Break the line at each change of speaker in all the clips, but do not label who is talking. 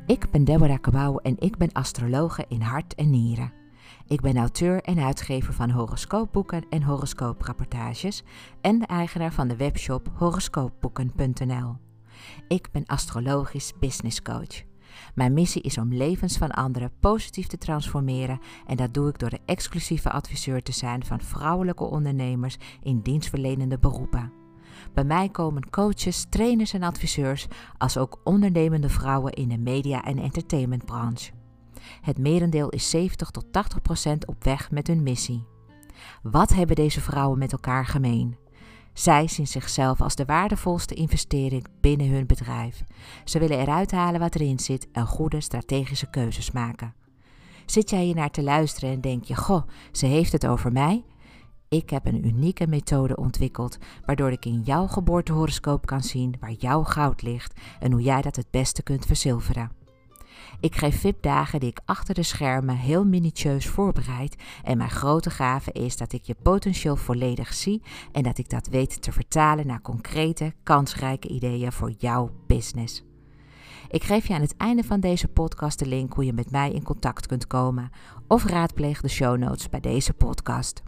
Ik ben Deborah Cabau en ik ben astrologe in hart en nieren. Ik ben auteur en uitgever van horoscoopboeken en horoscooprapportages en de eigenaar van de webshop horoscoopboeken.nl. Ik ben astrologisch business coach. Mijn missie is om levens van anderen positief te transformeren en dat doe ik door de exclusieve adviseur te zijn van vrouwelijke ondernemers in dienstverlenende beroepen. Bij mij komen coaches, trainers en adviseurs, als ook ondernemende vrouwen in de media- en entertainmentbranche. Het merendeel is 70-80% op weg met hun missie. Wat hebben deze vrouwen met elkaar gemeen? Zij zien zichzelf als de waardevolste investering binnen hun bedrijf. Ze willen eruit halen wat erin zit en goede strategische keuzes maken. Zit jij hier naar te luisteren en denk je, goh, ze heeft het over mij? Ik heb een unieke methode ontwikkeld, waardoor ik in jouw geboortehoroscoop kan zien waar jouw goud ligt en hoe jij dat het beste kunt verzilveren. Ik geef VIP-dagen die ik achter de schermen heel minutieus voorbereid en mijn grote gave is dat ik je potentieel volledig zie en dat ik dat weet te vertalen naar concrete, kansrijke ideeën voor jouw business. Ik geef je aan het einde van deze podcast de link hoe je met mij in contact kunt komen of raadpleeg de show notes bij deze podcast.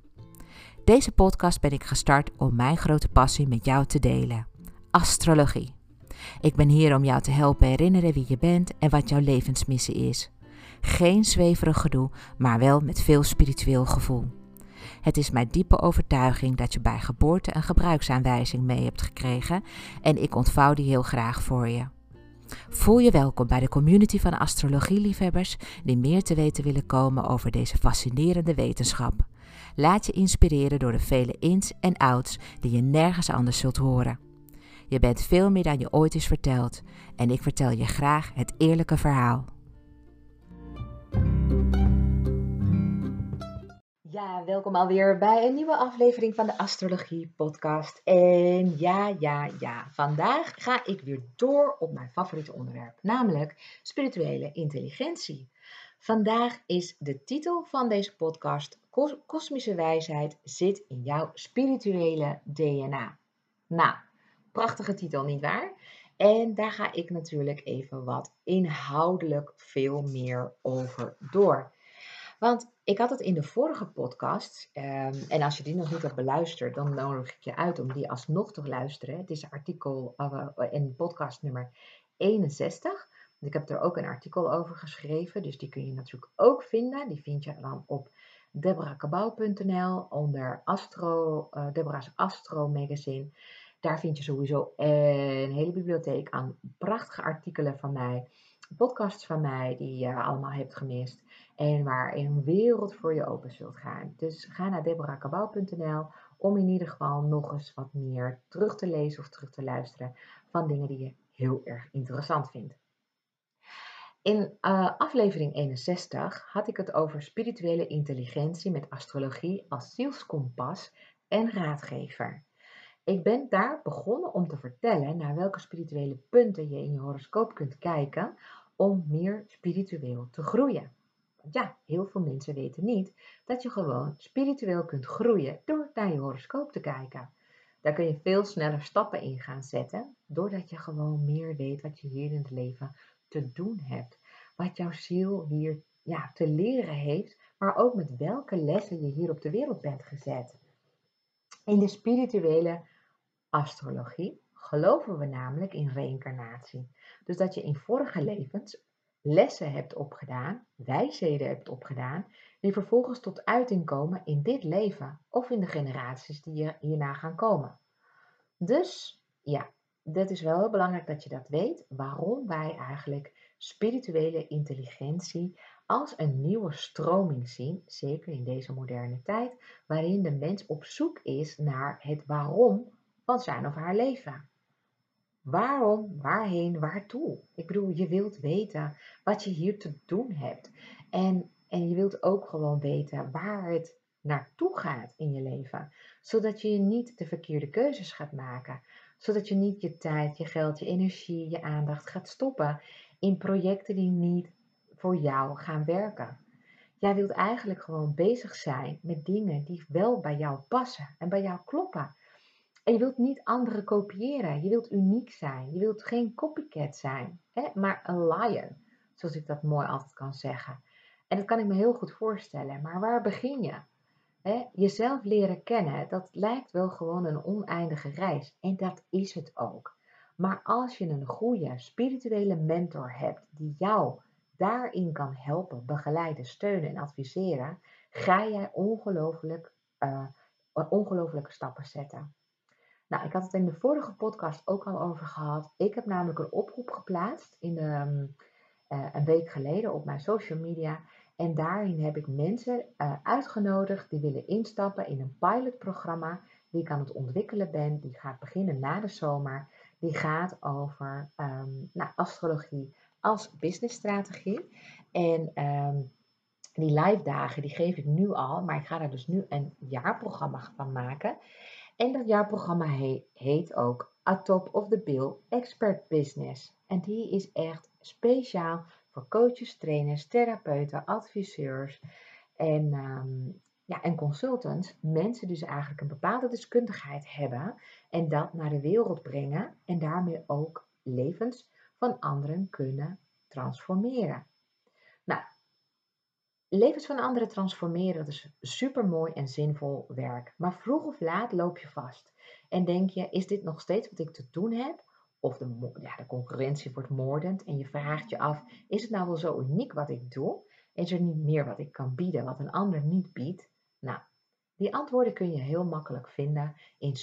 Deze podcast ben ik gestart om mijn grote passie met jou te delen. Astrologie. Ik ben hier om jou te helpen herinneren wie je bent en wat jouw levensmissie is. Geen zweverig gedoe, maar wel met veel spiritueel gevoel. Het is mijn diepe overtuiging dat je bij geboorte een gebruiksaanwijzing mee hebt gekregen en ik ontvouw die heel graag voor je. Voel je welkom bij de community van astrologieliefhebbers die meer te weten willen komen over deze fascinerende wetenschap. Laat je inspireren door de vele ins en outs die je nergens anders zult horen. Je bent veel meer dan je ooit is verteld en ik vertel je graag het eerlijke verhaal. Ja, welkom alweer bij een nieuwe aflevering van de Astrologie Podcast. En ja, vandaag ga ik weer door op mijn favoriete onderwerp, namelijk spirituele intelligentie. Vandaag is de titel van deze podcast: Kosmische wijsheid zit in jouw spirituele DNA. Nou, prachtige titel, nietwaar? En daar ga ik natuurlijk even wat inhoudelijk veel meer over door. Want ik had het in de vorige podcast, en als je die nog niet hebt beluisterd, dan nodig ik je uit om die alsnog te luisteren. Het is artikel in podcast nummer 61. Ik heb er ook een artikel over geschreven, dus die kun je natuurlijk ook vinden. Die vind je dan op deborahkabau.nl onder Deborah's Astro Magazine. Daar vind je sowieso een hele bibliotheek aan prachtige artikelen van mij, podcasts van mij die je allemaal hebt gemist. En waar een wereld voor je open zult gaan. Dus ga naar deborahkabau.nl om in ieder geval nog eens wat meer terug te lezen of terug te luisteren van dingen die je heel erg interessant vindt. In aflevering 61 had ik het over spirituele intelligentie met astrologie als zielskompas en raadgever. Ik ben daar begonnen om te vertellen naar welke spirituele punten je in je horoscoop kunt kijken om meer spiritueel te groeien. Want ja, heel veel mensen weten niet dat je gewoon spiritueel kunt groeien door naar je horoscoop te kijken. Daar kun je veel sneller stappen in gaan zetten, doordat je gewoon meer weet wat je hier in het leven te doen hebt. Wat jouw ziel hier te leren heeft, maar ook met welke lessen je hier op de wereld bent gezet. In de spirituele astrologie geloven we namelijk in reïncarnatie. Dus dat je in vorige levens lessen hebt opgedaan, wijsheden hebt opgedaan, die vervolgens tot uiting komen in dit leven of in de generaties die hierna gaan komen. Dus ja, dat is wel heel belangrijk dat je dat weet, waarom wij eigenlijk spirituele intelligentie als een nieuwe stroming zien, zeker in deze moderne tijd, waarin de mens op zoek is naar het waarom van zijn of haar leven. Waarom, waarheen, waartoe? Ik bedoel, je wilt weten wat je hier te doen hebt. En je wilt ook gewoon weten waar het naartoe gaat in je leven. Zodat je niet de verkeerde keuzes gaat maken. Zodat je niet je tijd, je geld, je energie, je aandacht gaat stoppen in projecten die niet voor jou gaan werken. Jij wilt eigenlijk gewoon bezig zijn met dingen die wel bij jou passen en bij jou kloppen. En je wilt niet anderen kopiëren. Je wilt uniek zijn. Je wilt geen copycat zijn, maar een lion. zoals ik dat mooi altijd kan zeggen. En dat kan ik me heel goed voorstellen, maar waar begin je? Hè? Jezelf leren kennen, dat lijkt wel gewoon een oneindige reis. En dat is het ook. Maar als je een goede spirituele mentor hebt die jou daarin kan helpen, begeleiden, steunen en adviseren, ga jij ongelooflijke stappen zetten. Nou, ik had het in de vorige podcast ook al over gehad. Ik heb namelijk een oproep geplaatst een week geleden op mijn social media. En daarin heb ik mensen uitgenodigd die willen instappen in een pilotprogramma die ik aan het ontwikkelen ben. Die gaat beginnen na de zomer. Die gaat over astrologie als businessstrategie. En die live dagen die geef ik nu al, maar ik ga daar dus nu een jaarprogramma van maken. En dat jaarprogramma heet ook A Top of the Bill Expert Business. En die is echt speciaal voor coaches, trainers, therapeuten, adviseurs en consultants. Mensen die dus eigenlijk een bepaalde deskundigheid hebben en dat naar de wereld brengen en daarmee ook levens van anderen kunnen transformeren. Nou, levens van anderen transformeren, dat is super mooi en zinvol werk. Maar vroeg of laat loop je vast. En denk je, is dit nog steeds wat ik te doen heb? Of de concurrentie wordt moordend en je vraagt je af, is het nou wel zo uniek wat ik doe? Is er niet meer wat ik kan bieden, wat een ander niet biedt? Nou, die antwoorden kun je heel makkelijk vinden in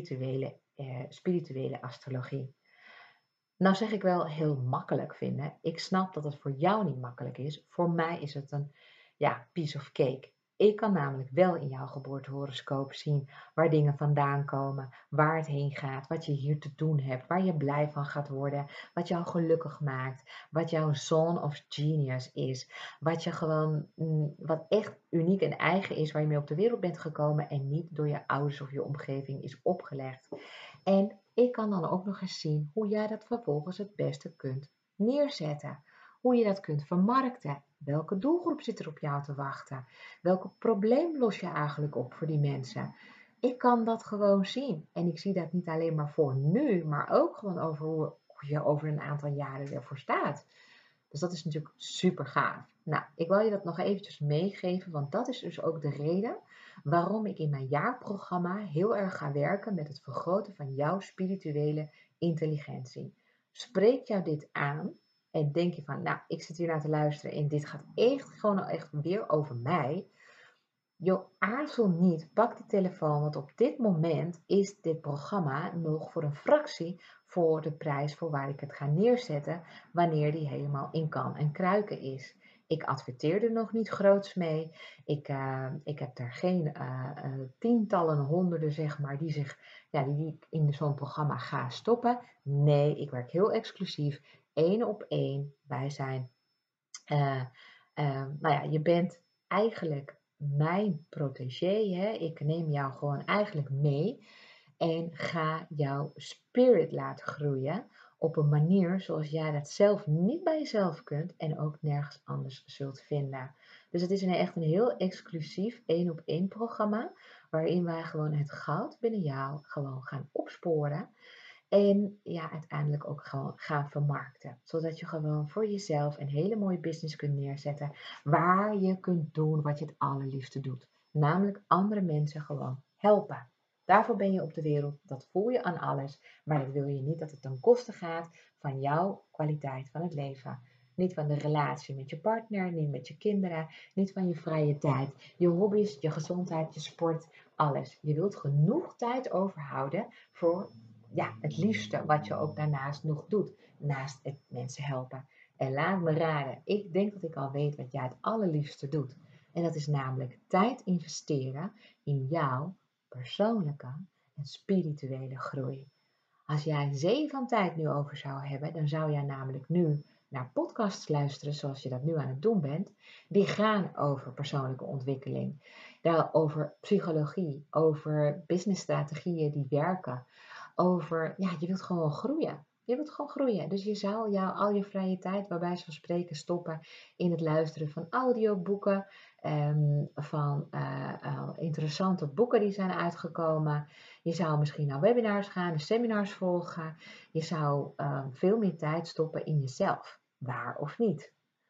spirituele astrologie. Nou zeg ik wel heel makkelijk vinden. Ik snap dat het voor jou niet makkelijk is. Voor mij is het een piece of cake. Ik kan namelijk wel in jouw geboortehoroscoop zien waar dingen vandaan komen, waar het heen gaat, wat je hier te doen hebt, waar je blij van gaat worden, wat jou gelukkig maakt, wat jouw zone of genius is, wat je gewoon, wat echt uniek en eigen is, waar je mee op de wereld bent gekomen en niet door je ouders of je omgeving is opgelegd. En ik kan dan ook nog eens zien hoe jij dat vervolgens het beste kunt neerzetten. Hoe je dat kunt vermarkten. Welke doelgroep zit er op jou te wachten? Welk probleem los je eigenlijk op voor die mensen? Ik kan dat gewoon zien. En ik zie dat niet alleen maar voor nu, maar ook gewoon over hoe je over een aantal jaren ervoor staat. Dus dat is natuurlijk super gaaf. Nou, ik wil je dat nog eventjes meegeven, want dat is dus ook de reden waarom ik in mijn jaarprogramma heel erg ga werken met het vergroten van jouw spirituele intelligentie. Spreekt jou dit aan en denk je van, nou, ik zit hier naar te luisteren en dit gaat echt weer over mij. Joh, aarzel niet, pak die telefoon, want op dit moment is dit programma nog voor een fractie voor de prijs voor waar ik het ga neerzetten, wanneer die helemaal in kan en kruiken is. Ik adverteer er nog niet groots mee. Ik heb er geen tientallen, honderden, zeg maar, die ik in zo'n programma ga stoppen. Nee, ik werk heel exclusief, één op één. Wij zijn eh, je bent eigenlijk mijn protégé. Hè? Ik neem jou gewoon eigenlijk mee en ga jouw spirit laten groeien op een manier zoals jij dat zelf niet bij jezelf kunt en ook nergens anders zult vinden. Dus het is echt een heel exclusief één op één programma waarin wij gewoon het goud binnen jou gewoon gaan opsporen. En uiteindelijk ook gewoon gaan vermarkten. Zodat je gewoon voor jezelf een hele mooie business kunt neerzetten. Waar je kunt doen wat je het allerliefste doet. Namelijk andere mensen gewoon helpen. Daarvoor ben je op de wereld. Dat voel je aan alles. Maar dat wil je niet dat het ten koste gaat van jouw kwaliteit van het leven. Niet van de relatie met je partner, niet met je kinderen, niet van je vrije tijd, je hobby's, je gezondheid, je sport, alles. Je wilt genoeg tijd overhouden voor het liefste wat je ook daarnaast nog doet, naast het mensen helpen. En laat me raden, ik denk dat ik al weet wat jij het allerliefste doet. En dat is namelijk tijd investeren in jouw persoonlijke en spirituele groei. Als jij zee van tijd nu over zou hebben, dan zou jij namelijk nu naar podcasts luisteren zoals je dat nu aan het doen bent. Die gaan over persoonlijke ontwikkeling, over psychologie, over businessstrategieën die werken, je wilt gewoon groeien. Je wilt gewoon groeien. Dus je zou al je vrije tijd, waarbij ze van spreken, stoppen in het luisteren van audioboeken, van interessante boeken die zijn uitgekomen. Je zou misschien naar webinars gaan, seminars volgen. Je zou veel meer tijd stoppen in jezelf. Waar of niet?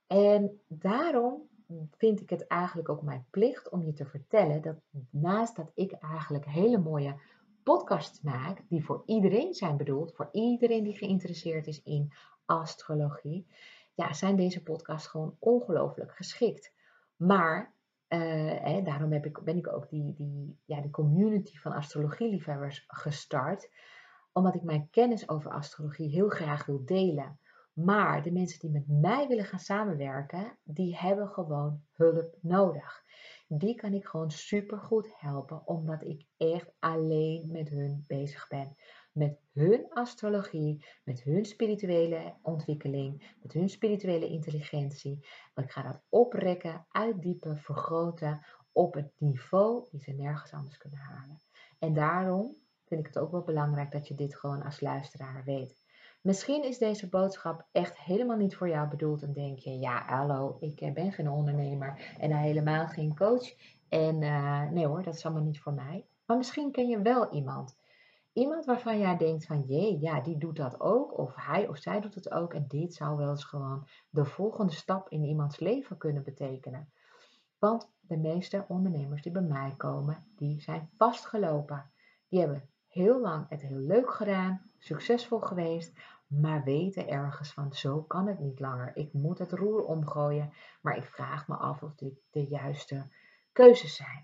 En daarom vind ik het eigenlijk ook mijn plicht om je te vertellen dat naast dat ik eigenlijk hele mooie podcasts maak, die voor iedereen zijn bedoeld, voor iedereen die geïnteresseerd is in astrologie, ja, zijn deze podcasts gewoon ongelooflijk geschikt. Maar daarom ben ik ook die community van astrologieliefhebbers gestart, omdat ik mijn kennis over astrologie heel graag wil delen. Maar de mensen die met mij willen gaan samenwerken, die hebben gewoon hulp nodig. Die kan ik gewoon supergoed helpen, omdat ik echt alleen met hun bezig ben. Met hun astrologie, met hun spirituele ontwikkeling, met hun spirituele intelligentie. Want ik ga dat oprekken, uitdiepen, vergroten op het niveau die ze nergens anders kunnen halen. En daarom vind ik het ook wel belangrijk dat je dit gewoon als luisteraar weet. Misschien is deze boodschap echt helemaal niet voor jou bedoeld en denk je, ja, hallo, ik ben geen ondernemer en helemaal geen coach. En nee hoor, dat is allemaal niet voor mij. Maar misschien ken je wel iemand. Iemand waarvan jij denkt van, jee, ja, die doet dat ook, of hij of zij doet het ook. En dit zou wel eens gewoon de volgende stap in iemands leven kunnen betekenen. Want de meeste ondernemers die bij mij komen, die zijn vastgelopen. Die hebben heel lang het heel leuk gedaan, succesvol geweest, maar weten ergens van zo kan het niet langer. Ik moet het roer omgooien, maar ik vraag me af of dit de juiste keuzes zijn.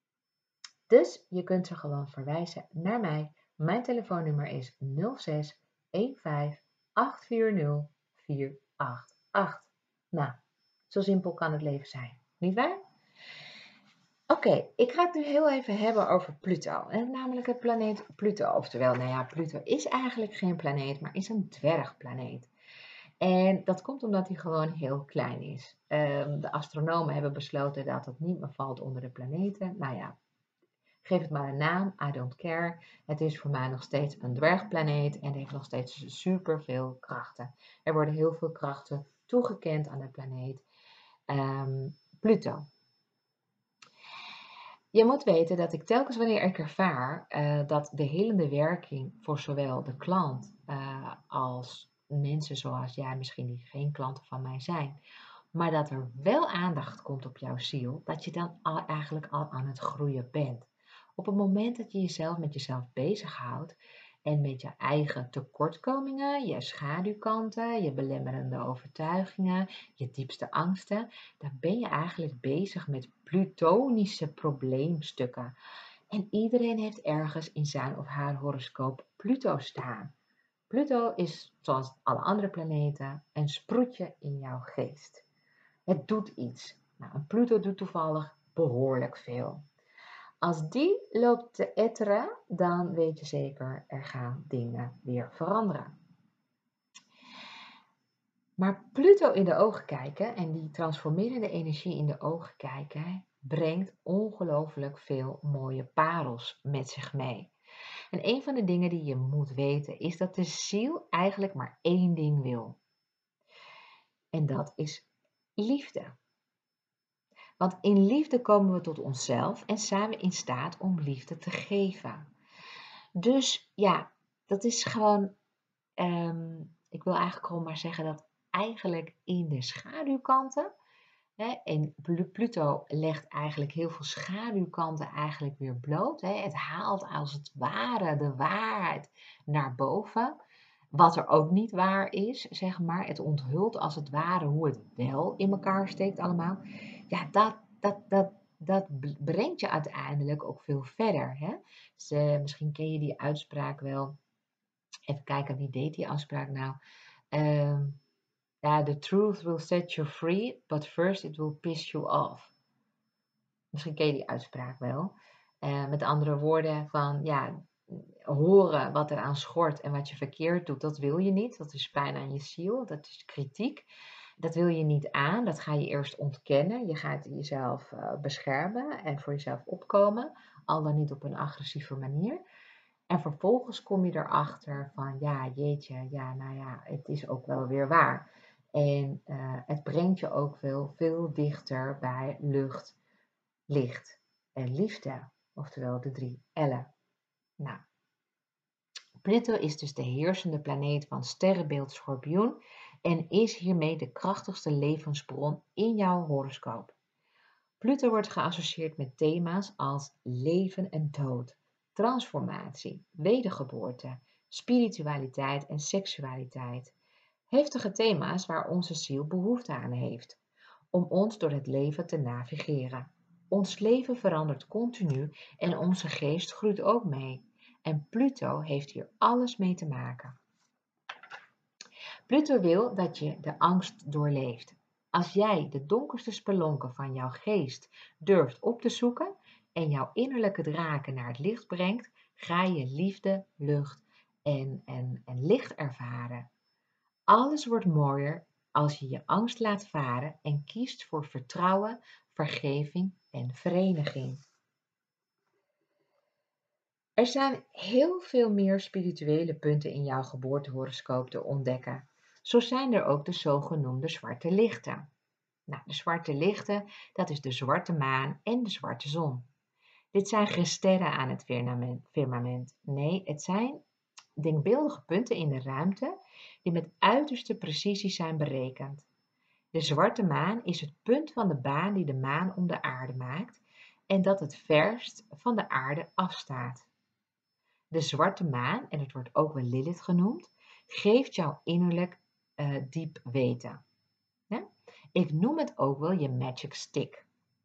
Dus je kunt ze gewoon verwijzen naar mij. Mijn telefoonnummer is 06 15 840 488. Nou, zo simpel kan het leven zijn, niet waar? Oké, ik ga het nu heel even hebben over Pluto. En namelijk het planeet Pluto. Oftewel, nou ja, Pluto is eigenlijk geen planeet, maar is een dwergplaneet. En dat komt omdat hij gewoon heel klein is. De astronomen hebben besloten dat het niet meer valt onder de planeten. Nou ja, geef het maar een naam, I don't care. Het is voor mij nog steeds een dwergplaneet en heeft nog steeds superveel krachten. Er worden heel veel krachten toegekend aan de planeet Pluto. Je moet weten dat ik telkens wanneer ik ervaar dat de helende werking voor zowel de klant als mensen zoals jij misschien die geen klanten van mij zijn, maar dat er wel aandacht komt op jouw ziel, dat je dan eigenlijk al aan het groeien bent. Op het moment dat je jezelf met jezelf bezighoudt en met je eigen tekortkomingen, je schaduwkanten, je belemmerende overtuigingen, je diepste angsten, dan ben je eigenlijk bezig met plutonische probleemstukken. En iedereen heeft ergens in zijn of haar horoscoop Pluto staan. Pluto is, zoals alle andere planeten, een sproetje in jouw geest. Het doet iets. Nou, een Pluto doet toevallig behoorlijk veel. Als die loopt te etteren, dan weet je zeker, er gaan dingen weer veranderen. Maar Pluto in de ogen kijken en die transformerende energie in de ogen kijken, brengt ongelooflijk veel mooie parels met zich mee. En een van de dingen die je moet weten is dat de ziel eigenlijk maar één ding wil. En dat is liefde. Want in liefde komen we tot onszelf en zijn we in staat om liefde te geven. Dus ja, dat is gewoon, ik wil eigenlijk gewoon maar zeggen dat eigenlijk in de schaduwkanten, hè, en Pluto legt eigenlijk heel veel schaduwkanten eigenlijk weer bloot. Hè. Het haalt als het ware de waarheid naar boven. Wat er ook niet waar is, zeg maar. Het onthult als het ware hoe het wel in elkaar steekt allemaal. Ja, dat brengt je uiteindelijk ook veel verder. Hè? Dus, misschien ken je die uitspraak wel. Even kijken, wie deed die uitspraak nou? Ja, the truth will set you free, but first it will piss you off. Misschien ken je die uitspraak wel. Met andere woorden van, ja, horen wat er aan schort en wat je verkeerd doet, dat wil je niet. Dat is pijn aan je ziel, dat is kritiek. Dat wil je niet aan, dat ga je eerst ontkennen. Je gaat jezelf beschermen en voor jezelf opkomen, al dan niet op een agressieve manier. En vervolgens kom je erachter van, ja, jeetje, ja, nou ja, het is ook wel weer waar. En het brengt je ook veel dichter bij lucht, licht en liefde. Oftewel de 3 L'en. Nou, Pluto is dus de heersende planeet van sterrenbeeld Schorpioen. en is hiermee de krachtigste levensbron in jouw horoscoop. Pluto wordt geassocieerd met thema's als leven en dood, transformatie, wedergeboorte, spiritualiteit en seksualiteit. Heftige thema's waar onze ziel behoefte aan heeft, om ons door het leven te navigeren. Ons leven verandert continu en onze geest groeit ook mee. En Pluto heeft hier alles mee te maken. Pluto wil dat je de angst doorleeft. Als jij de donkerste spelonken van jouw geest durft op te zoeken en jouw innerlijke draken naar het licht brengt, ga je liefde, lucht en licht ervaren. Alles wordt mooier als je je angst laat varen en kiest voor vertrouwen, vergeving en vereniging. Er zijn heel veel meer spirituele punten in jouw geboortehoroscoop te ontdekken. Zo zijn er ook de zogenoemde zwarte lichten. Nou, de zwarte lichten, dat is de zwarte maan en de zwarte zon. Dit zijn geen sterren aan het firmament. Nee, het zijn denkbeeldige punten in de ruimte die met uiterste precisie zijn berekend. De zwarte maan is het punt van de baan die de maan om de aarde maakt en dat het verst van de aarde afstaat. De zwarte maan, en het wordt ook wel Lilith genoemd, geeft jou innerlijk diep weten. Ja? Ik noem het ook wel je magic stick.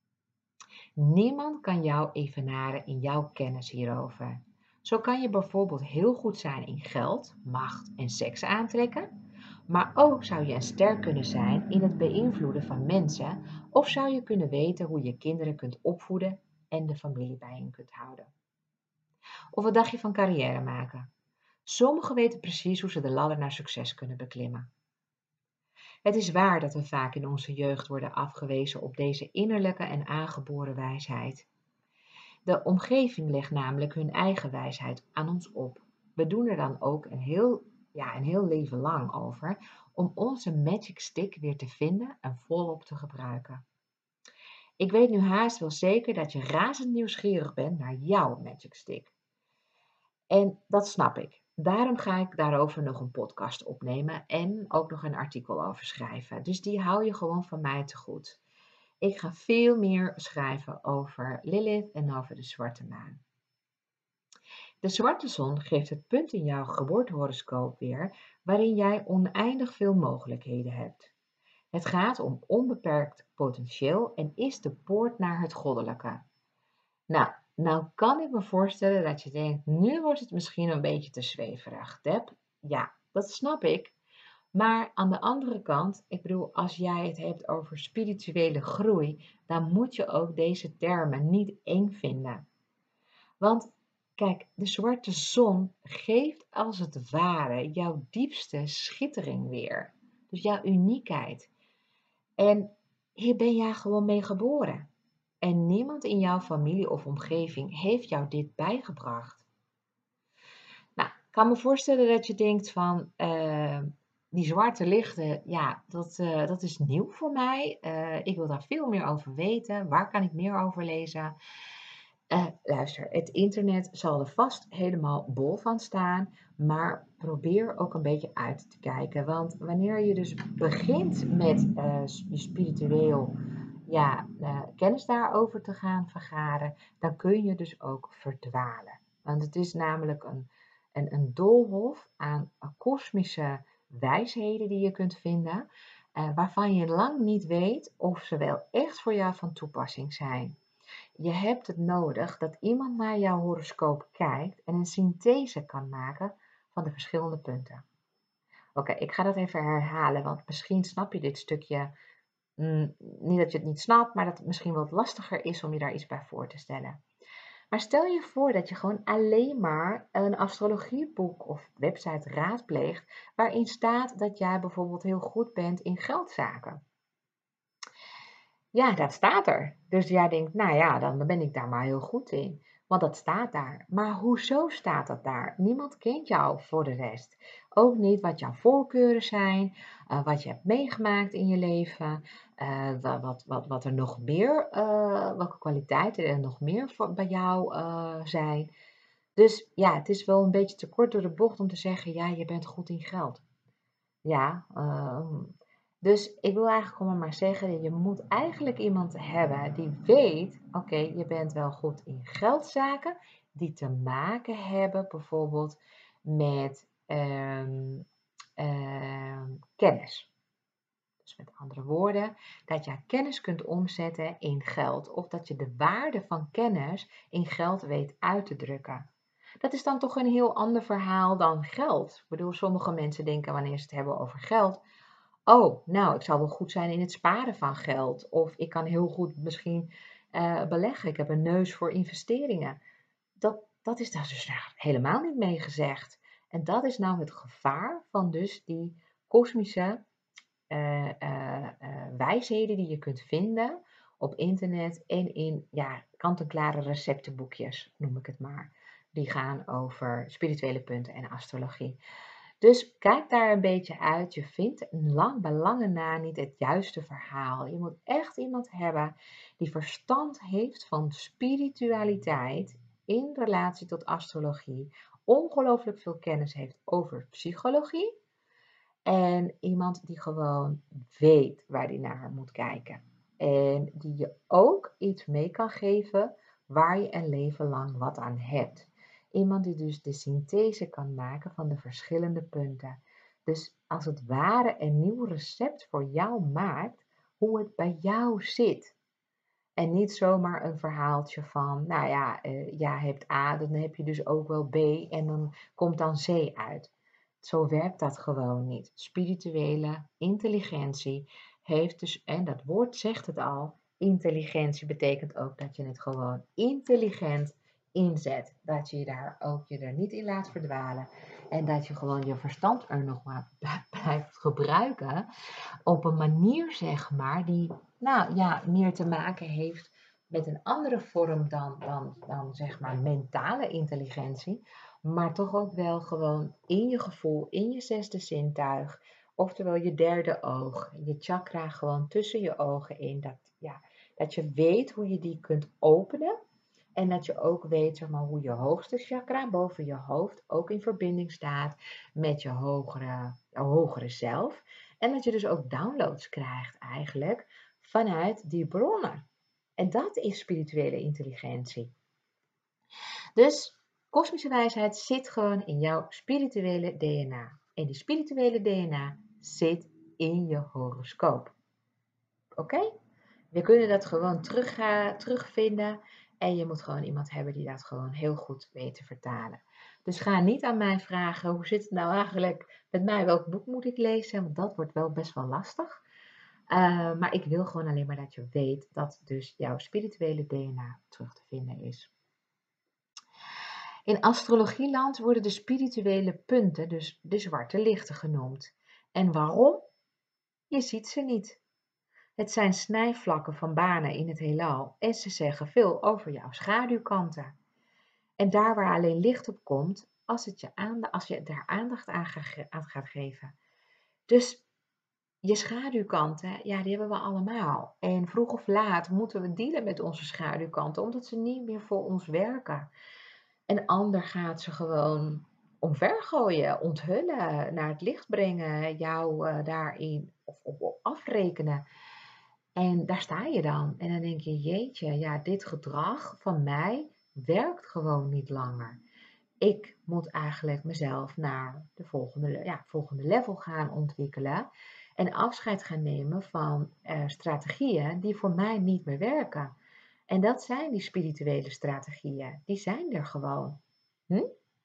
Niemand kan jou evenaren in jouw kennis hierover. Zo kan je bijvoorbeeld heel goed zijn in geld, macht en seks aantrekken, maar ook zou je een ster kunnen zijn in het beïnvloeden van mensen of zou je kunnen weten hoe je kinderen kunt opvoeden en de familie bijeen kunt houden. Of wat dacht je van carrière maken? Sommigen weten precies hoe ze de ladder naar succes kunnen beklimmen. Het is waar dat we vaak in onze jeugd worden afgewezen op deze innerlijke en aangeboren wijsheid. De omgeving legt namelijk hun eigen wijsheid aan ons op. We doen er dan ook een heel leven lang over om onze magic stick weer te vinden en volop te gebruiken. Ik weet nu haast wel zeker dat je razend nieuwsgierig bent naar jouw magic stick. En dat snap ik. Daarom ga ik daarover nog een podcast opnemen en ook nog een artikel over schrijven. Dus die hou je gewoon van mij te goed. Ik ga veel meer schrijven over Lilith en over de zwarte maan. De zwarte zon geeft het punt in jouw geboortehoroscoop weer waarin jij oneindig veel mogelijkheden hebt. Het gaat om onbeperkt potentieel en is de poort naar het goddelijke. Nou kan ik me voorstellen dat je denkt, nu wordt het misschien een beetje te zweverig, Deb. Ja, dat snap ik. Maar aan de andere kant, ik bedoel, als jij het hebt over spirituele groei, dan moet je ook deze termen niet eng vinden. Want kijk, de zwarte zon geeft als het ware jouw diepste schittering weer. Dus jouw uniekheid. En hier ben jij gewoon mee geboren. En niemand in jouw familie of omgeving heeft jou dit bijgebracht. Nou, ik kan me voorstellen dat je denkt van, die zwarte lichten, ja, dat is nieuw voor mij. Ik wil daar veel meer over weten. Waar kan ik meer over lezen? Luister, het internet zal er vast helemaal bol van staan, maar probeer ook een beetje uit te kijken. Want wanneer je dus begint met je spiritueel kennis daarover te gaan vergaren, dan kun je dus ook verdwalen. Want het is namelijk een doolhof aan kosmische wijsheden die je kunt vinden, waarvan je lang niet weet of ze wel echt voor jou van toepassing zijn. Je hebt het nodig dat iemand naar jouw horoscoop kijkt en een synthese kan maken van de verschillende punten. Oké, ik ga dat even herhalen, want misschien snap je dit stukje. Niet dat je het niet snapt, maar dat het misschien wat lastiger is om je daar iets bij voor te stellen. Maar stel je voor dat je gewoon alleen maar een astrologieboek of website raadpleegt, waarin staat dat jij bijvoorbeeld heel goed bent in geldzaken. Ja, dat staat er. Dus jij denkt, nou ja, dan ben ik daar maar heel goed in. Want dat staat daar. Maar hoezo staat dat daar? Niemand kent jou voor de rest. Ook niet wat jouw voorkeuren zijn, wat je hebt meegemaakt in je leven, wat er nog meer, welke kwaliteiten er nog meer bij jou zijn. Dus ja, het is wel een beetje te kort door de bocht om te zeggen, ja, je bent goed in geld. Ja, dus ik wil eigenlijk gewoon maar zeggen, je moet eigenlijk iemand hebben die weet, oké, je bent wel goed in geldzaken, die te maken hebben bijvoorbeeld met kennis. Dus met andere woorden, dat je kennis kunt omzetten in geld of dat je de waarde van kennis in geld weet uit te drukken. Dat is dan toch een heel ander verhaal dan geld. Ik bedoel, sommige mensen denken wanneer ze het hebben over geld, oh, nou, ik zal wel goed zijn in het sparen van geld. Of ik kan heel goed misschien beleggen. Ik heb een neus voor investeringen. Dat is daar dus helemaal niet mee gezegd. En dat is nou het gevaar van dus die kosmische wijsheden die je kunt vinden op internet en in ja, kant-en-klare receptenboekjes, noem ik het maar. Die gaan over spirituele punten en astrologie. Dus kijk daar een beetje uit. Je vindt bij lange na niet het juiste verhaal. Je moet echt iemand hebben die verstand heeft van spiritualiteit in relatie tot astrologie. Ongelooflijk veel kennis heeft over psychologie. En iemand die gewoon weet waar die naar moet kijken. En die je ook iets mee kan geven waar je een leven lang wat aan hebt. Iemand die dus de synthese kan maken van de verschillende punten. Dus als het ware een nieuw recept voor jou maakt hoe het bij jou zit. En niet zomaar een verhaaltje van, nou ja, jij hebt A, dan heb je dus ook wel B en dan komt dan C uit. Zo werkt dat gewoon niet. Spirituele intelligentie heeft dus, en dat woord zegt het al, intelligentie betekent ook dat je het gewoon intelligent inzet. Dat je daar ook je er niet in laat verdwalen en dat je gewoon je verstand er nog maar blijft gebruiken op een manier, zeg maar, die nou ja, meer te maken heeft met een andere vorm dan zeg maar mentale intelligentie, maar toch ook wel gewoon in je gevoel, in je zesde zintuig, oftewel je derde oog, je chakra gewoon tussen je ogen in, dat je weet hoe je die kunt openen en dat je ook weet zeg maar, hoe je hoogste chakra boven je hoofd ook in verbinding staat met je hogere zelf. En dat je dus ook downloads krijgt eigenlijk vanuit die bronnen. En dat is spirituele intelligentie. Dus kosmische wijsheid zit gewoon in jouw spirituele DNA. En die spirituele DNA zit in je horoscoop. Oké? We kunnen dat gewoon terugvinden. En je moet gewoon iemand hebben die dat gewoon heel goed weet te vertalen. Dus ga niet aan mij vragen, hoe zit het nou eigenlijk met mij? Welk boek moet ik lezen? Want dat wordt wel best wel lastig. Maar ik wil gewoon alleen maar dat je weet dat dus jouw spirituele DNA terug te vinden is. In astrologieland worden de spirituele punten dus de zwarte lichten genoemd. En waarom? Je ziet ze niet. Het zijn snijvlakken van banen in het heelal en ze zeggen veel over jouw schaduwkanten. En daar waar alleen licht op komt, als je daar aandacht aan gaat geven. Dus je schaduwkanten, ja, die hebben we allemaal. En vroeg of laat moeten we dealen met onze schaduwkanten, omdat ze niet meer voor ons werken. Een ander gaat ze gewoon omvergooien, onthullen, naar het licht brengen, jou daarin of afrekenen. En daar sta je dan. En dan denk je, jeetje, ja, dit gedrag van mij werkt gewoon niet langer. Ik moet eigenlijk mezelf naar de volgende level gaan ontwikkelen. En afscheid gaan nemen van strategieën die voor mij niet meer werken. En dat zijn die spirituele strategieën. Die zijn er gewoon. Hm?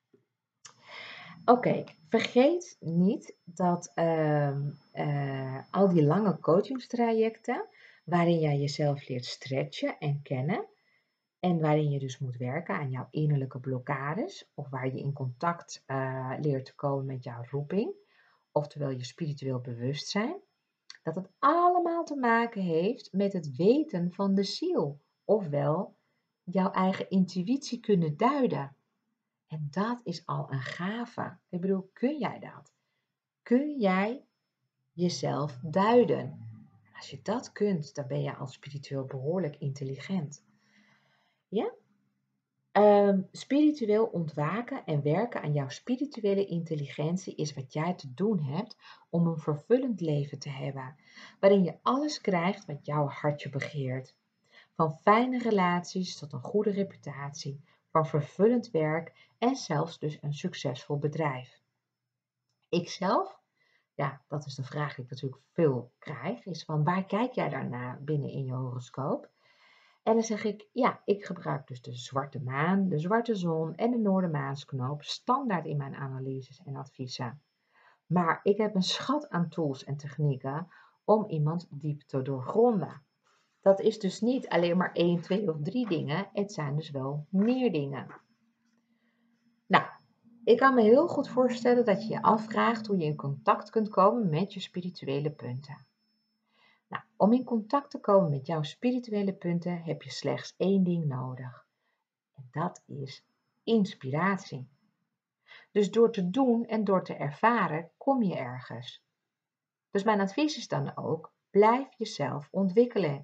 Oké, vergeet niet dat al die lange coachingstrajecten, waarin jij jezelf leert stretchen en kennen, en waarin je dus moet werken aan jouw innerlijke blokkades, of waar je in contact leert te komen met jouw roeping, oftewel je spiritueel bewustzijn, dat het allemaal te maken heeft met het weten van de ziel, ofwel jouw eigen intuïtie kunnen duiden. En dat is al een gave. Ik bedoel, kun jij dat? Kun jij jezelf duiden? Als je dat kunt, dan ben je al spiritueel behoorlijk intelligent. Ja? Spiritueel ontwaken en werken aan jouw spirituele intelligentie is wat jij te doen hebt om een vervullend leven te hebben, waarin je alles krijgt wat jouw hartje begeert. Van fijne relaties tot een goede reputatie, van vervullend werk en zelfs dus een succesvol bedrijf. Ikzelf, ja, dat is de vraag die ik natuurlijk veel krijg, is van waar kijk jij daarnaar binnen in je horoscoop? En dan zeg ik, ja, ik gebruik dus de zwarte maan, de zwarte zon en de noordermaansknoop standaard in mijn analyses en adviezen. Maar ik heb een schat aan tools en technieken om iemand diep te doorgronden. Dat is dus niet alleen maar 1, 2 of 3 dingen, het zijn dus wel meer dingen. Nou, ik kan me heel goed voorstellen dat je je afvraagt hoe je in contact kunt komen met je spirituele punten. Nou, om in contact te komen met jouw spirituele punten heb je slechts 1 ding nodig. En dat is inspiratie. Dus door te doen en door te ervaren kom je ergens. Dus mijn advies is dan ook, blijf jezelf ontwikkelen.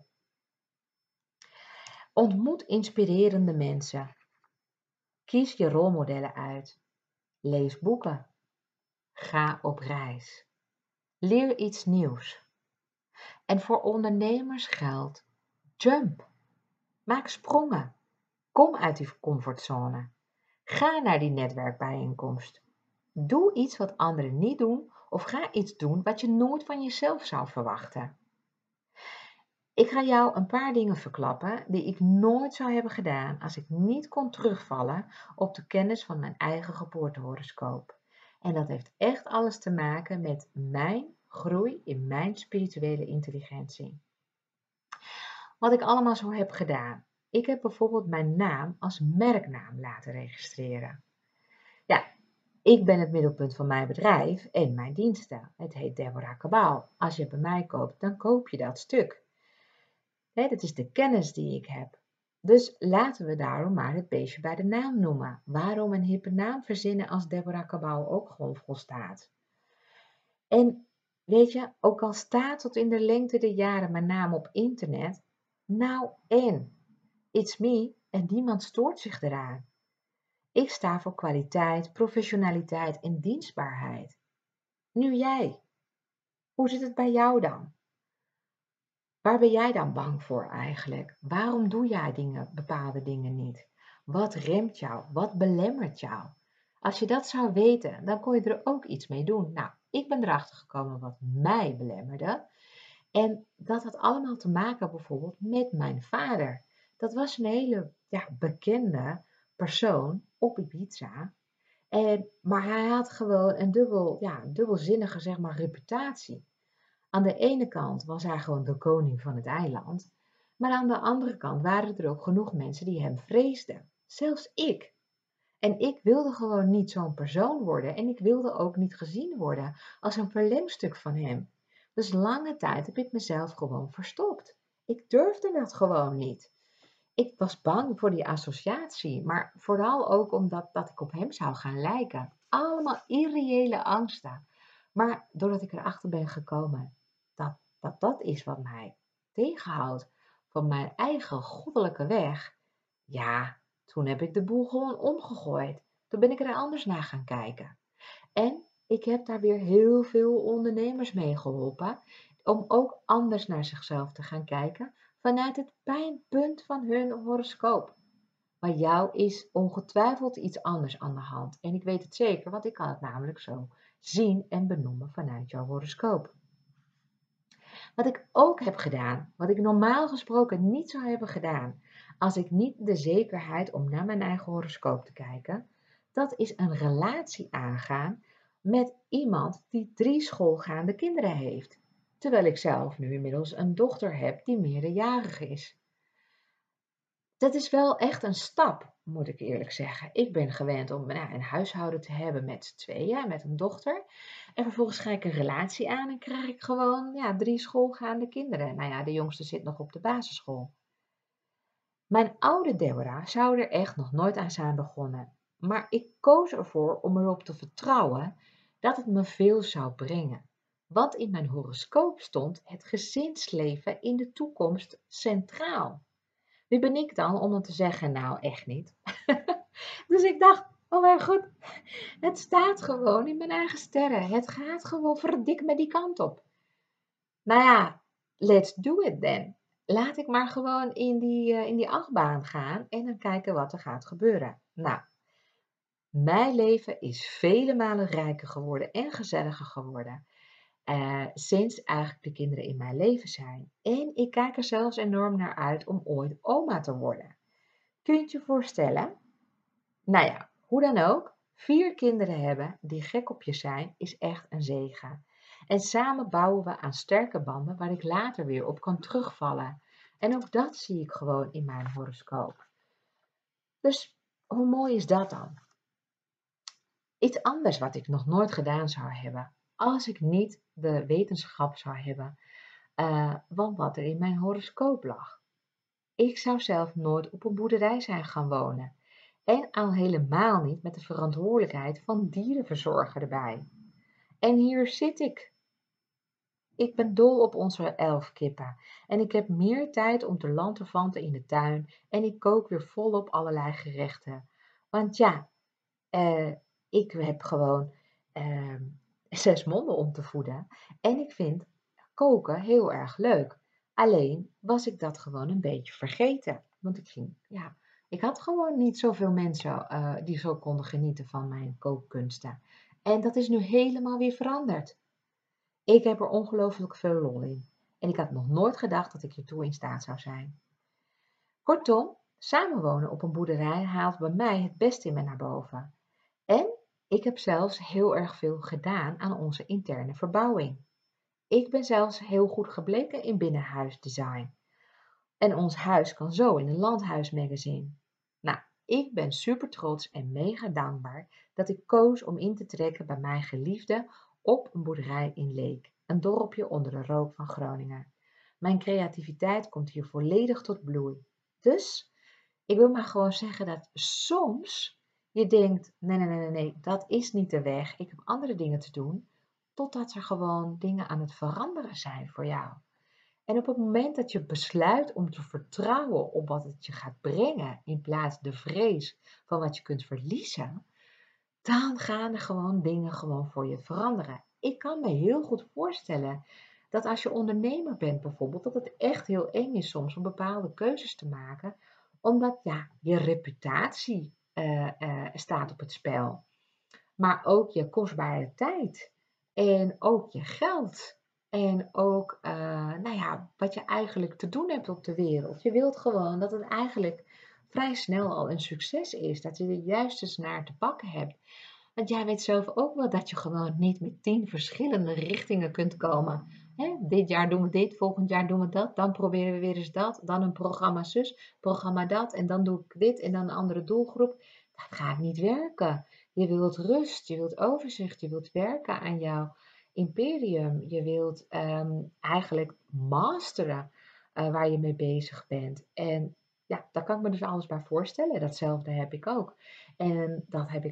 Ontmoet inspirerende mensen. Kies je rolmodellen uit. Lees boeken. Ga op reis. Leer iets nieuws. En voor ondernemers geldt, jump. Maak sprongen. Kom uit die comfortzone. Ga naar die netwerkbijeenkomst. Doe iets wat anderen niet doen of ga iets doen wat je nooit van jezelf zou verwachten. Ik ga jou een paar dingen verklappen die ik nooit zou hebben gedaan als ik niet kon terugvallen op de kennis van mijn eigen geboortehoroscoop. En dat heeft echt alles te maken met mijn groei in mijn spirituele intelligentie. Wat ik allemaal zo heb gedaan. Ik heb bijvoorbeeld mijn naam als merknaam laten registreren. Ja, ik ben het middelpunt van mijn bedrijf en mijn diensten. Het heet Deborah Kabaal. Als je bij mij koopt, dan koop je dat stuk. Dat is de kennis die ik heb. Dus laten we daarom maar het beestje bij de naam noemen. Waarom een hippe naam verzinnen als Deborah Kabaal ook gewoon volstaat? En weet je, ook al staat tot in de lengte der jaren mijn naam op internet, nou en, it's me en niemand stoort zich eraan. Ik sta voor kwaliteit, professionaliteit en dienstbaarheid. Nu jij. Hoe zit het bij jou dan? Waar ben jij dan bang voor eigenlijk? Waarom doe jij bepaalde dingen niet? Wat remt jou? Wat belemmert jou? Als je dat zou weten, dan kon je er ook iets mee doen. Nou, ik ben erachter gekomen wat mij belemmerde. En dat had allemaal te maken bijvoorbeeld met mijn vader. Dat was een hele bekende persoon op Ibiza. Maar hij had gewoon een dubbelzinnige reputatie. Aan de ene kant was hij gewoon de koning van het eiland, maar aan de andere kant waren er ook genoeg mensen die hem vreesden. Zelfs ik. En ik wilde gewoon niet zo'n persoon worden en ik wilde ook niet gezien worden als een verlengstuk van hem. Dus lange tijd heb ik mezelf gewoon verstopt. Ik durfde dat gewoon niet. Ik was bang voor die associatie, maar vooral ook omdat dat ik op hem zou gaan lijken. Allemaal irreële angsten. Maar doordat ik erachter ben gekomen dat is wat mij tegenhoudt van mijn eigen goddelijke weg, ja, toen heb ik de boel gewoon omgegooid. Toen ben ik er anders naar gaan kijken. En ik heb daar weer heel veel ondernemers mee geholpen om ook anders naar zichzelf te gaan kijken vanuit het pijnpunt van hun horoscoop. Bij jou is ongetwijfeld iets anders aan de hand. En ik weet het zeker, want ik kan het namelijk zo zien en benoemen vanuit jouw horoscoop. Wat ik ook heb gedaan, wat ik normaal gesproken niet zou hebben gedaan, als ik niet de zekerheid om naar mijn eigen horoscoop te kijken, dat is een relatie aangaan met iemand die 3 schoolgaande kinderen heeft. Terwijl ik zelf nu inmiddels een dochter heb die meerderjarig is. Dat is wel echt een stap, moet ik eerlijk zeggen. Ik ben gewend om een huishouden te hebben met z'n tweeën, met een dochter. En vervolgens ga ik een relatie aan en krijg ik gewoon 3 schoolgaande kinderen. Nou ja, de jongste zit nog op de basisschool. Mijn oude Deborah zou er echt nog nooit aan zijn begonnen. Maar ik koos ervoor om erop te vertrouwen dat het me veel zou brengen. Want in mijn horoscoop stond het gezinsleven in de toekomst centraal. Wie ben ik dan om dan te zeggen, nou echt niet. Dus ik dacht, oh mijn god, het staat gewoon in mijn eigen sterren. Het gaat gewoon verdik me die kant op. Nou ja, let's do it then. Laat ik maar gewoon in die achtbaan gaan en dan kijken wat er gaat gebeuren. Nou, mijn leven is vele malen rijker geworden en gezelliger geworden. Sinds eigenlijk de kinderen in mijn leven zijn. En ik kijk er zelfs enorm naar uit om ooit oma te worden. Kun je het je voorstellen? Nou ja, hoe dan ook, 4 kinderen hebben die gek op je zijn, is echt een zegen. En samen bouwen we aan sterke banden waar ik later weer op kan terugvallen. En ook dat zie ik gewoon in mijn horoscoop. Dus hoe mooi is dat dan? Iets anders wat ik nog nooit gedaan zou hebben, als ik niet de wetenschap zou hebben van wat er in mijn horoscoop lag. Ik zou zelf nooit op een boerderij zijn gaan wonen. En al helemaal niet met de verantwoordelijkheid van dierenverzorger erbij. En hier zit ik. Ik ben dol op onze 11 kippen. En ik heb meer tijd om te lanterfanten in de tuin. En ik kook weer volop allerlei gerechten. Want ja, eh, ik heb gewoon 6 monden om te voeden. En ik vind koken heel erg leuk. Alleen was ik dat gewoon een beetje vergeten. Want ik had gewoon niet zoveel mensen die zo konden genieten van mijn kookkunsten. En dat is nu helemaal weer veranderd. Ik heb er ongelooflijk veel lol in. En ik had nog nooit gedacht dat ik hiertoe in staat zou zijn. Kortom, samenwonen op een boerderij haalt bij mij het beste in me naar boven. En ik heb zelfs heel erg veel gedaan aan onze interne verbouwing. Ik ben zelfs heel goed gebleken in binnenhuisdesign. En ons huis kan zo in een landhuismagazine. Nou, ik ben super trots en mega dankbaar dat ik koos om in te trekken bij mijn geliefde op een boerderij in Leek, een dorpje onder de rook van Groningen. Mijn creativiteit komt hier volledig tot bloei. Dus ik wil maar gewoon zeggen dat soms je denkt, nee, nee, nee, nee, nee, dat is niet de weg. Ik heb andere dingen te doen, totdat er gewoon dingen aan het veranderen zijn voor jou. En op het moment dat je besluit om te vertrouwen op wat het je gaat brengen, in plaats de vrees van wat je kunt verliezen, dan gaan er gewoon dingen gewoon voor je veranderen. Ik kan me heel goed voorstellen dat als je ondernemer bent bijvoorbeeld, dat het echt heel eng is soms om bepaalde keuzes te maken, omdat ja, je reputatie staat op het spel, maar ook je kostbare tijd en ook je geld en ook nou ja, wat je eigenlijk te doen hebt op de wereld. Je wilt gewoon dat het eigenlijk vrij snel al een succes is, dat je de juiste snaar te pakken hebt. Want jij weet zelf ook wel dat je gewoon niet met 10 verschillende richtingen kunt komen. Hè? Dit jaar doen we dit, volgend jaar doen we dat, dan proberen we weer eens dat, dan een programma zus, programma dat en dan doe ik dit en dan een andere doelgroep. Dat gaat niet werken. Je wilt rust, je wilt overzicht, je wilt werken aan jouw imperium. Je wilt eigenlijk masteren waar je mee bezig bent. En ja, daar kan ik me dus alles bij voorstellen. Datzelfde heb ik ook. En dat heb ik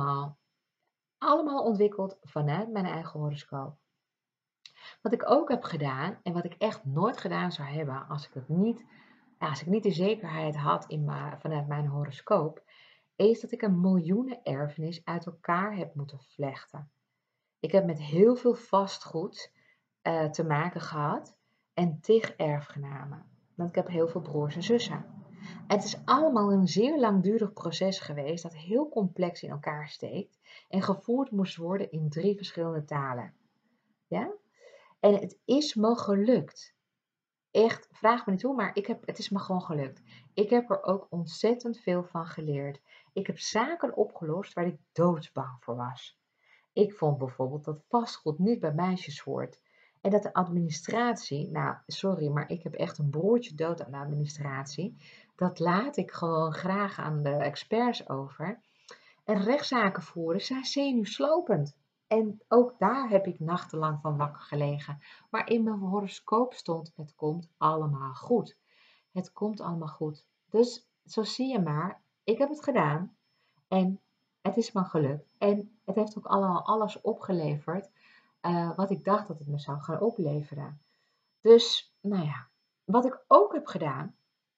allemaal ontwikkeld vanuit mijn eigen horoscoop. Wat ik ook heb gedaan en wat ik echt nooit gedaan zou hebben als ik het niet, ja, als ik niet de zekerheid had vanuit mijn horoscoop, is dat ik een miljoenen erfenis uit elkaar heb moeten vlechten. Ik heb met heel veel vastgoed te maken gehad en tig erfgenamen. Want ik heb heel veel broers en zussen. En het is allemaal een zeer langdurig proces geweest dat heel complex in elkaar steekt en gevoerd moest worden in 3 verschillende talen. Ja? En het is me gelukt. Echt, vraag me niet hoe, maar het is me gewoon gelukt. Ik heb er ook ontzettend veel van geleerd. Ik heb zaken opgelost waar ik doodsbang voor was. Ik vond bijvoorbeeld dat vastgoed niet bij meisjes hoort. En dat de administratie, nou sorry, maar ik heb echt een broertje dood aan de administratie. Dat laat ik gewoon graag aan de experts over. En rechtszaken voeren zijn zenuwslopend. En ook daar heb ik nachtenlang van wakker gelegen. Maar in mijn horoscoop stond, het komt allemaal goed. Het komt allemaal goed. Dus zo zie je maar, ik heb het gedaan. En het is me gelukt. En het heeft ook allemaal alles opgeleverd wat ik dacht dat het me zou gaan opleveren. Dus, nou ja, wat ik ook heb gedaan,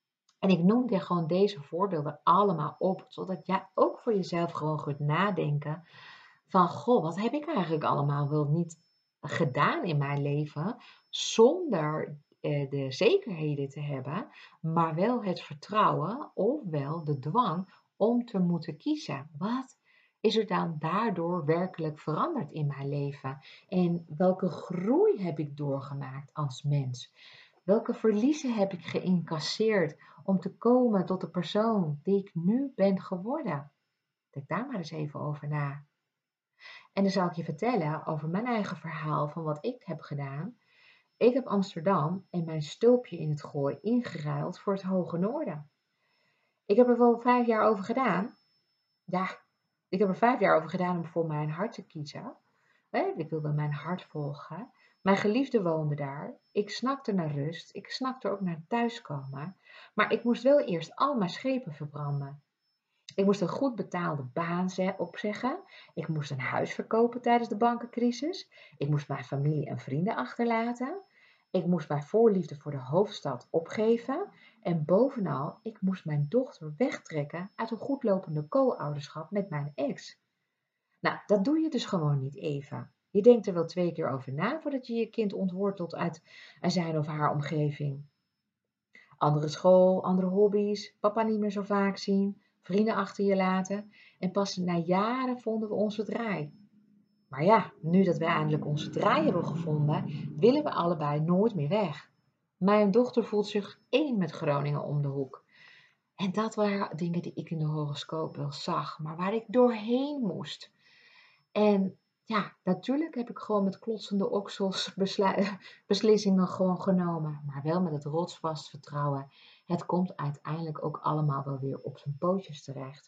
En ik noem dir gewoon deze voorbeelden allemaal op, zodat jij ook voor jezelf gewoon gaat nadenken van, goh, wat heb ik eigenlijk allemaal wel niet gedaan in mijn leven, zonder de zekerheden te hebben, maar wel het vertrouwen of wel de dwang om te moeten kiezen. Wat is er dan daardoor werkelijk veranderd in mijn leven? En welke groei heb ik doorgemaakt als mens? Welke verliezen heb ik geïncasseerd om te komen tot de persoon die ik nu ben geworden? Denk daar maar eens even over na. En dan zal ik je vertellen over mijn eigen verhaal van wat ik heb gedaan. Ik heb Amsterdam en mijn stulpje in het Gooi ingeruild voor het Hoge Noorden. Ik heb er wel 5 jaar over gedaan. Ja, ik heb er 5 jaar over gedaan om voor mijn hart te kiezen. Ik wilde mijn hart volgen. Mijn geliefde woonde daar. Ik snakte naar rust. Ik snakte ook naar thuiskomen. Maar ik moest wel eerst al mijn schepen verbranden. Ik moest een goed betaalde baan opzeggen. Ik moest een huis verkopen tijdens de bankencrisis. Ik moest mijn familie en vrienden achterlaten. Ik moest mijn voorliefde voor de hoofdstad opgeven. En bovenal, ik moest mijn dochter wegtrekken uit een goedlopende co-ouderschap met mijn ex. Nou, dat doe je dus gewoon niet even. Je denkt er wel 2 keer over na voordat je je kind ontwortelt uit zijn of haar omgeving. Andere school, andere hobby's, papa niet meer zo vaak zien, vrienden achter je laten en pas na jaren vonden we onze draai. Maar ja, nu dat we eindelijk onze draai hebben gevonden, willen we allebei nooit meer weg. Mijn dochter voelt zich één met Groningen om de hoek. En dat waren dingen die ik in de horoscoop wel zag, maar waar ik doorheen moest. En ja, natuurlijk heb ik gewoon met klotsende oksels beslissingen gewoon genomen, maar wel met het rotsvast vertrouwen. Het komt uiteindelijk ook allemaal wel weer op zijn pootjes terecht.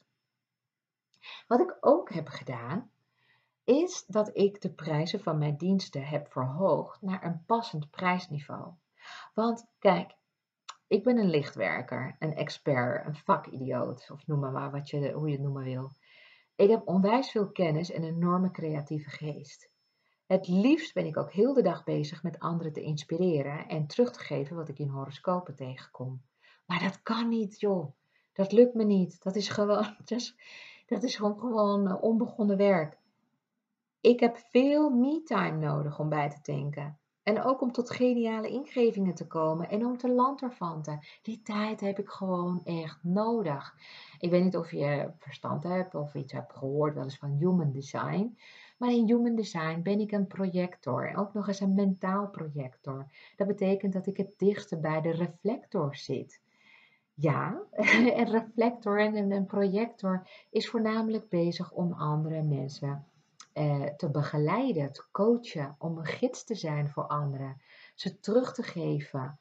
Wat ik ook heb gedaan, is dat ik de prijzen van mijn diensten heb verhoogd naar een passend prijsniveau. Want kijk, ik ben een lichtwerker, een expert, een vakidioot, of noem maar hoe je het noemen wil. Ik heb onwijs veel kennis en een enorme creatieve geest. Het liefst ben ik ook heel de dag bezig met anderen te inspireren en terug te geven wat ik in horoscopen tegenkom. Maar dat kan niet, joh. Dat lukt me niet. Dat is gewoon, dat is gewoon onbegonnen werk. Ik heb veel me-time nodig om bij te tanken. En ook om tot geniale ingevingen te komen en om te lanterfanten. Die tijd heb ik gewoon echt nodig. Ik weet niet of je verstand hebt of iets hebt gehoord wel eens van human design. Maar in human design ben ik een projector. En ook nog eens een mentaal projector. Dat betekent dat ik het dichtste bij de reflector zit. Ja, een reflector en een projector is voornamelijk bezig om andere mensen te begeleiden, te coachen, om een gids te zijn voor anderen, ze terug te geven.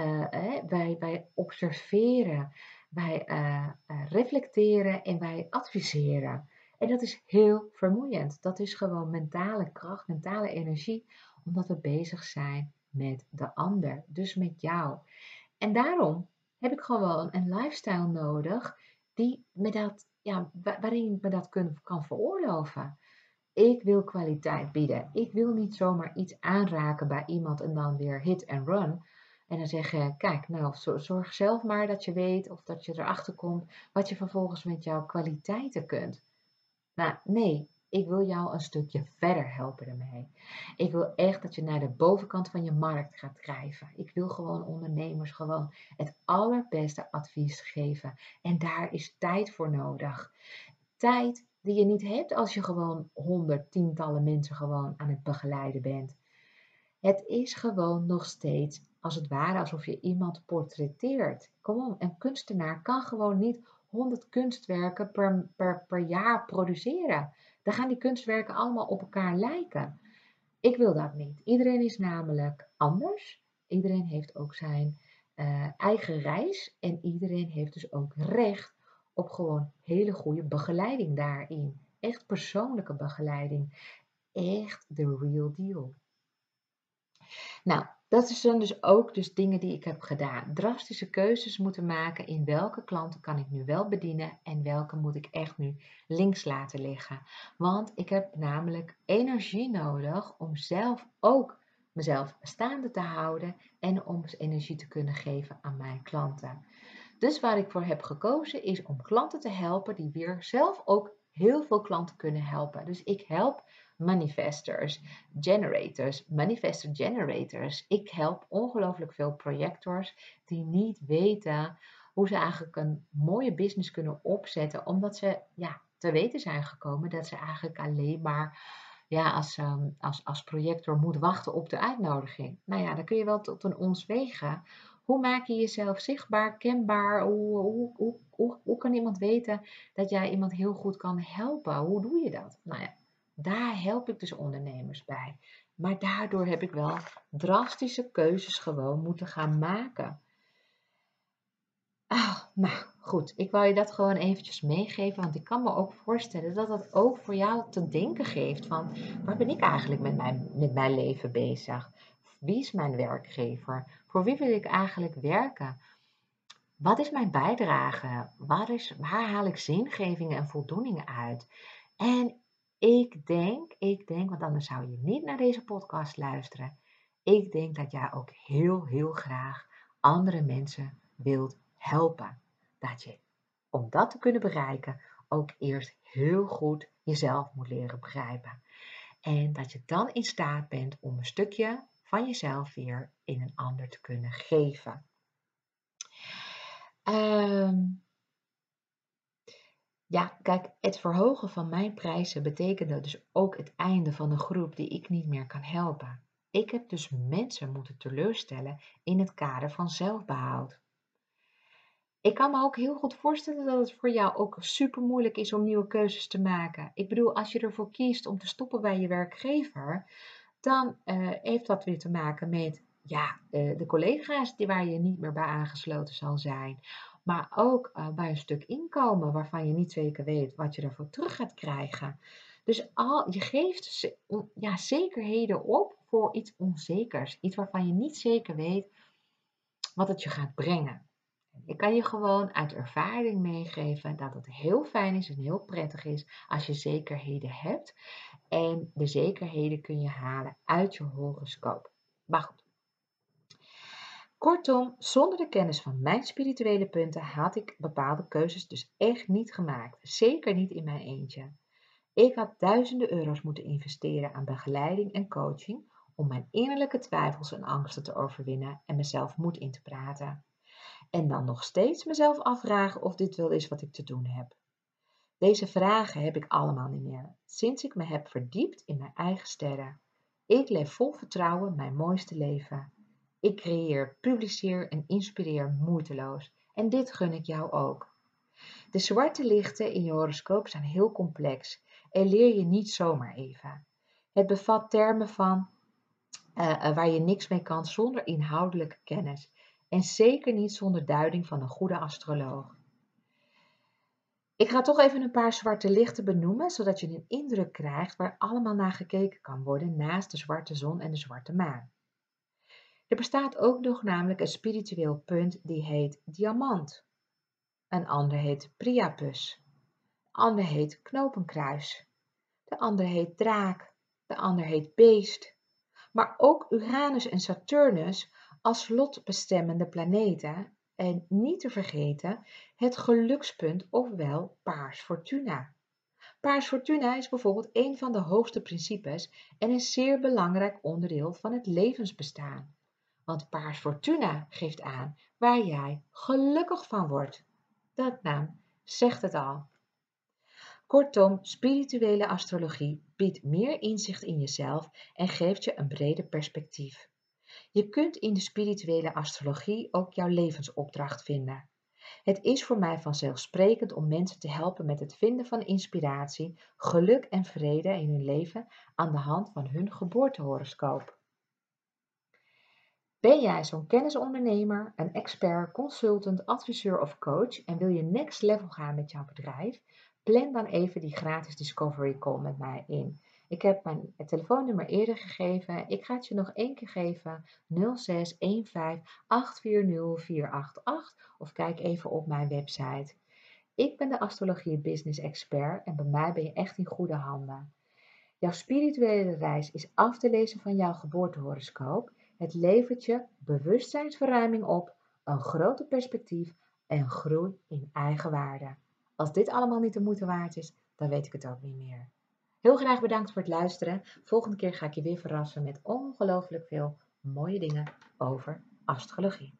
Wij observeren, wij reflecteren en wij adviseren. En dat is heel vermoeiend. Dat is gewoon mentale kracht, mentale energie, omdat we bezig zijn met de ander, dus met jou. En daarom heb ik gewoon een lifestyle nodig die me dat, ja, waarin ik me dat kan veroorloven. Ik wil kwaliteit bieden. Ik wil niet zomaar iets aanraken bij iemand en dan weer hit and run. En dan zeggen, kijk, nou, zorg zelf maar dat je weet of dat je erachter komt wat je vervolgens met jouw kwaliteiten kunt. Nou, nee, ik wil jou een stukje verder helpen ermee. Ik wil echt dat je naar de bovenkant van je markt gaat drijven. Ik wil gewoon ondernemers gewoon het allerbeste advies geven. En daar is tijd voor nodig. Tijd die je niet hebt als je gewoon 100, tientallen mensen gewoon aan het begeleiden bent. Het is gewoon nog steeds als het ware alsof je iemand portretteert. Kom op, een kunstenaar kan gewoon niet 100 kunstwerken per jaar produceren. Dan gaan die kunstwerken allemaal op elkaar lijken. Ik wil dat niet. Iedereen is namelijk anders. Iedereen heeft ook zijn eigen reis. En iedereen heeft dus ook recht op gewoon hele goede begeleiding daarin. Echt persoonlijke begeleiding. Echt the real deal. Nou, dat zijn dus ook dingen die ik heb gedaan. Drastische keuzes moeten maken in welke klanten kan ik nu wel bedienen en welke moet ik echt nu links laten liggen. Want ik heb namelijk energie nodig om zelf ook mezelf staande te houden en om energie te kunnen geven aan mijn klanten. Dus waar ik voor heb gekozen is om klanten te helpen die weer zelf ook heel veel klanten kunnen helpen. Dus ik help manifestors, generators, manifestor generators. Ik help ongelooflijk veel projectors die niet weten hoe ze eigenlijk een mooie business kunnen opzetten, omdat ze te weten zijn gekomen dat ze eigenlijk alleen maar als projector moet wachten op de uitnodiging. Nou ja, dan kun je wel tot een ons wegen. Hoe maak je jezelf zichtbaar, kenbaar? Hoe kan iemand weten dat jij iemand heel goed kan helpen? Hoe doe je dat? Nou ja, daar help ik dus ondernemers bij. Maar daardoor heb ik wel drastische keuzes gewoon moeten gaan maken. Nou goed, ik wou je dat gewoon eventjes meegeven, want ik kan me ook voorstellen dat dat ook voor jou te denken geeft van, waar ben ik eigenlijk met mijn leven bezig? Wie is mijn werkgever? Voor wie wil ik eigenlijk werken? Wat is mijn bijdrage? Waar haal ik zingeving en voldoening uit? En ik denk, want anders zou je niet naar deze podcast luisteren. Ik denk dat jij ook heel, heel graag andere mensen wilt helpen. Dat je, om dat te kunnen bereiken, ook eerst heel goed jezelf moet leren begrijpen. En dat je dan in staat bent om een stukje van jezelf weer in een ander te kunnen geven. Ja, kijk, het verhogen van mijn prijzen betekende dus ook het einde van een groep die ik niet meer kan helpen. Ik heb dus mensen moeten teleurstellen in het kader van zelfbehoud. Ik kan me ook heel goed voorstellen dat het voor jou ook super moeilijk is om nieuwe keuzes te maken. Ik bedoel, als je ervoor kiest om te stoppen bij je werkgever, dan heeft dat weer te maken met de collega's waar je niet meer bij aangesloten zal zijn. Maar ook bij een stuk inkomen waarvan je niet zeker weet wat je ervoor terug gaat krijgen. Dus je geeft zekerheden op voor iets onzekers. Iets waarvan je niet zeker weet wat het je gaat brengen. Ik kan je gewoon uit ervaring meegeven dat het heel fijn is en heel prettig is als je zekerheden hebt. En de zekerheden kun je halen uit je horoscoop. Maar goed. Kortom, zonder de kennis van mijn spirituele punten had ik bepaalde keuzes dus echt niet gemaakt. Zeker niet in mijn eentje. Ik had duizenden euro's moeten investeren aan begeleiding en coaching om mijn innerlijke twijfels en angsten te overwinnen en mezelf moed in te praten. En dan nog steeds mezelf afvragen of dit wel is wat ik te doen heb. Deze vragen heb ik allemaal niet meer, sinds ik me heb verdiept in mijn eigen sterren. Ik leef vol vertrouwen mijn mooiste leven. Ik creëer, publiceer en inspireer moeiteloos. En dit gun ik jou ook. De zwarte lichten in je horoscoop zijn heel complex en leer je niet zomaar even. Het bevat termen van waar je niks mee kan zonder inhoudelijke kennis. En zeker niet zonder duiding van een goede astroloog. Ik ga toch even een paar zwarte lichten benoemen, zodat je een indruk krijgt waar allemaal naar gekeken kan worden naast de zwarte zon en de zwarte maan. Er bestaat ook nog namelijk een spiritueel punt die heet diamant. Een ander heet Priapus. De ander heet knopenkruis. De ander heet draak. De ander heet beest. Maar ook Uranus en Saturnus als lotbestemmende planeten. En niet te vergeten het gelukspunt, ofwel paars fortuna. Paars fortuna is bijvoorbeeld een van de hoogste principes en een zeer belangrijk onderdeel van het levensbestaan. Want paars fortuna geeft aan waar jij gelukkig van wordt. Dat naam zegt het al. Kortom, spirituele astrologie biedt meer inzicht in jezelf en geeft je een breder perspectief. Je kunt in de spirituele astrologie ook jouw levensopdracht vinden. Het is voor mij vanzelfsprekend om mensen te helpen met het vinden van inspiratie, geluk en vrede in hun leven aan de hand van hun geboortehoroscoop. Ben jij zo'n kennisondernemer, een expert, consultant, adviseur of coach en wil je next level gaan met jouw bedrijf? Plan dan even die gratis discovery call met mij in. Ik heb mijn telefoonnummer eerder gegeven. Ik ga het je nog één keer geven. 0615840488 of kijk even op mijn website. Ik ben de Astrologie Business Expert en bij mij ben je echt in goede handen. Jouw spirituele reis is af te lezen van jouw geboortehoroscoop. Het levert je bewustzijnsverruiming op, een groter perspectief, en groei in eigen waarde. Als dit allemaal niet de moeite waard is, dan weet ik het ook niet meer. Heel graag bedankt voor het luisteren. Volgende keer ga ik je weer verrassen met ongelooflijk veel mooie dingen over astrologie.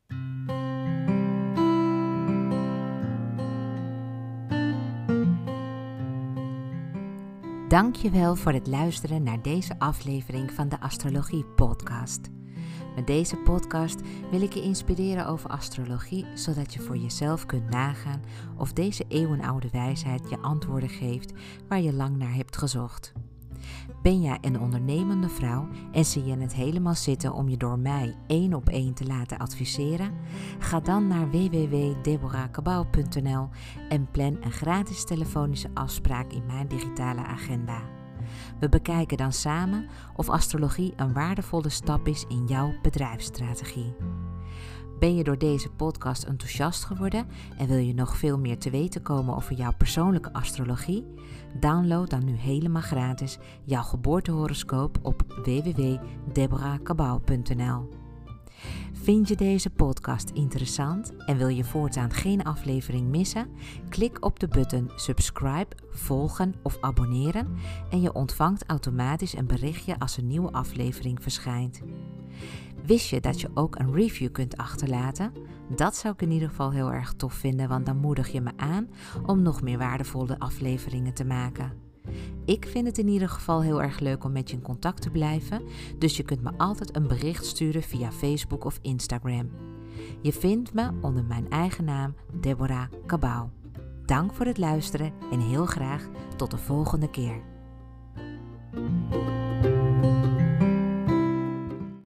Dankjewel voor het luisteren naar deze aflevering van de Astrologie Podcast. Met deze podcast wil ik je inspireren over astrologie, zodat je voor jezelf kunt nagaan of deze eeuwenoude wijsheid je antwoorden geeft waar je lang naar hebt gezocht. Ben jij een ondernemende vrouw en zie je het helemaal zitten om je door mij 1-op-1 te laten adviseren? Ga dan naar www.deborahkabau.nl en plan een gratis telefonische afspraak in mijn digitale agenda. We bekijken dan samen of astrologie een waardevolle stap is in jouw bedrijfsstrategie. Ben je door deze podcast enthousiast geworden en wil je nog veel meer te weten komen over jouw persoonlijke astrologie? Download dan nu helemaal gratis jouw geboortehoroscoop op www.deborahkabau.nl. Vind je deze podcast interessant en wil je voortaan geen aflevering missen? Klik op de button subscribe, volgen of abonneren en je ontvangt automatisch een berichtje als een nieuwe aflevering verschijnt. Wist je dat je ook een review kunt achterlaten? Dat zou ik in ieder geval heel erg tof vinden, want dan moedig je me aan om nog meer waardevolle afleveringen te maken. Ik vind het in ieder geval heel erg leuk om met je in contact te blijven, dus je kunt me altijd een bericht sturen via Facebook of Instagram. Je vindt me onder mijn eigen naam Deborah Kabau. Dank voor het luisteren en heel graag tot de volgende keer.